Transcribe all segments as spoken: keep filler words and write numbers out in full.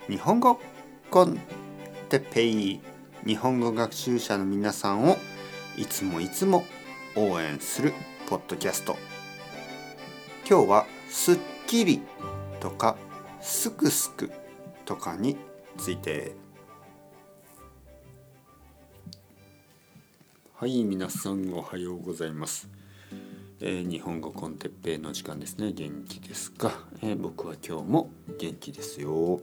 日本語コンテッペイ、日本語学習者の皆さんをいつもいつも応援するポッドキャスト。今日はスッキリとかスクスクとかについて。はい、皆さんおはようございます。えー、日本語コンテッペイの時間ですね。元気ですか？えー、僕は今日も元気ですよ。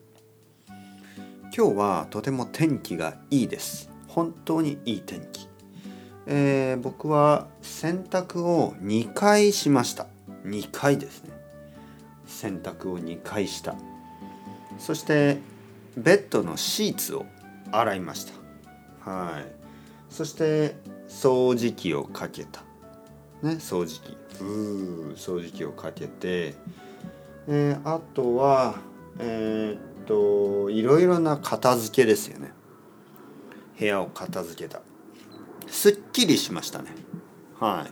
今日はとても天気がいいです。本当にいい天気。えー、僕は洗濯をにかいしました。にかいですね。洗濯をにかいした。そしてベッドのシーツを洗いました。はい。そして掃除機をかけた。ね、掃除機。うー、掃除機をかけて、えー、あとは、えー、っと、いろいろな片付けですよね。部屋を片付けた。すっきりしましたね。はい。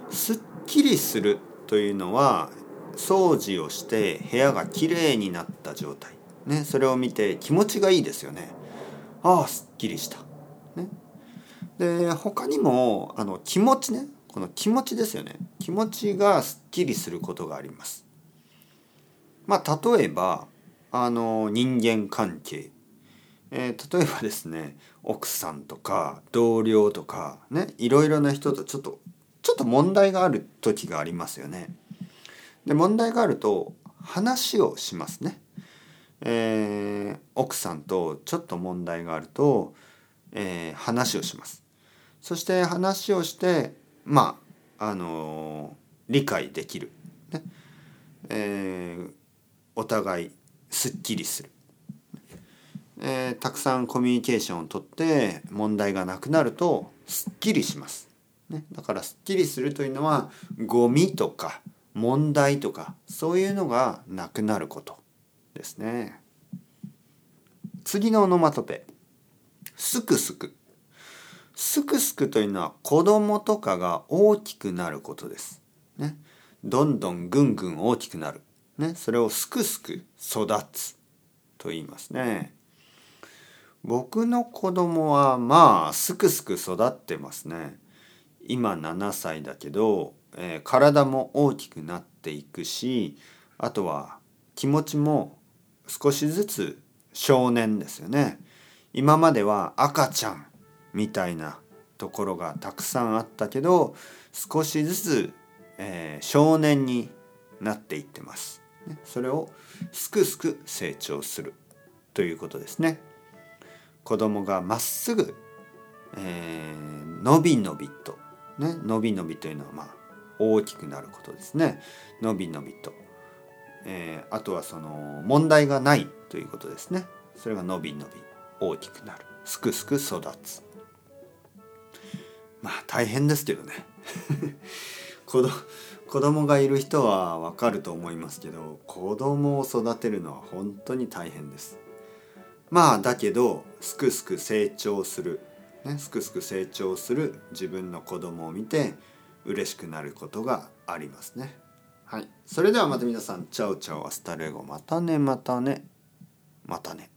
すっきりするというのは、掃除をして部屋がきれいになった状態。ね、それを見て気持ちがいいですよね。ああ、すっきりした。ね。で、他にも、あの、気持ちね。この気持ちですよね。気持ちがすっきりすることがあります。まあ、例えば、あの、人間関係。えー、例えばですね、奥さんとか同僚とかね、いろいろな人とちょっと、ちょっと問題がある時がありますよね。で、問題があると話をしますね。えー、奥さんとちょっと問題があると、えー、話をします。そして話をして、まあ、あのー、理解できる。ね。えー、お互いすっきりする。えー、たくさんコミュニケーションをとって問題がなくなるとすっきりします。ね。だからすっきりするというのはゴミとか問題とかそういうのがなくなることですね。次のオノマトペ。すくすく。すくすくというのは子供とかが大きくなることです。ね、どんどんぐんぐん大きくなる。ね、それをすくすく育つと言いますね。僕の子供はまあすくすく育ってますね。今ななさいだけど、えー、体も大きくなっていくし、あとは気持ちも少しずつ少年ですよね。今までは赤ちゃんみたいなところがたくさんあったけど、少しずつ、えー、少年になっていってます。それをすくすく成長するということですね。子供がまっすぐ、えー、のびのびと、ね、のびのびというのはまあ大きくなることですね。のびのびと、えー、あとはその問題がないということですね。それがのびのび大きくなる。すくすく育つ。まあ大変ですけどね子ど子供がいる人はわかると思いますけど、子供を育てるのは本当に大変です。まあだけどすくすく成長する、ね、すくすく成長する自分の子供を見て嬉しくなることがありますね。はい、それではまた皆さん、チャオチャオ、アスタレゴ、またねまたねまたね。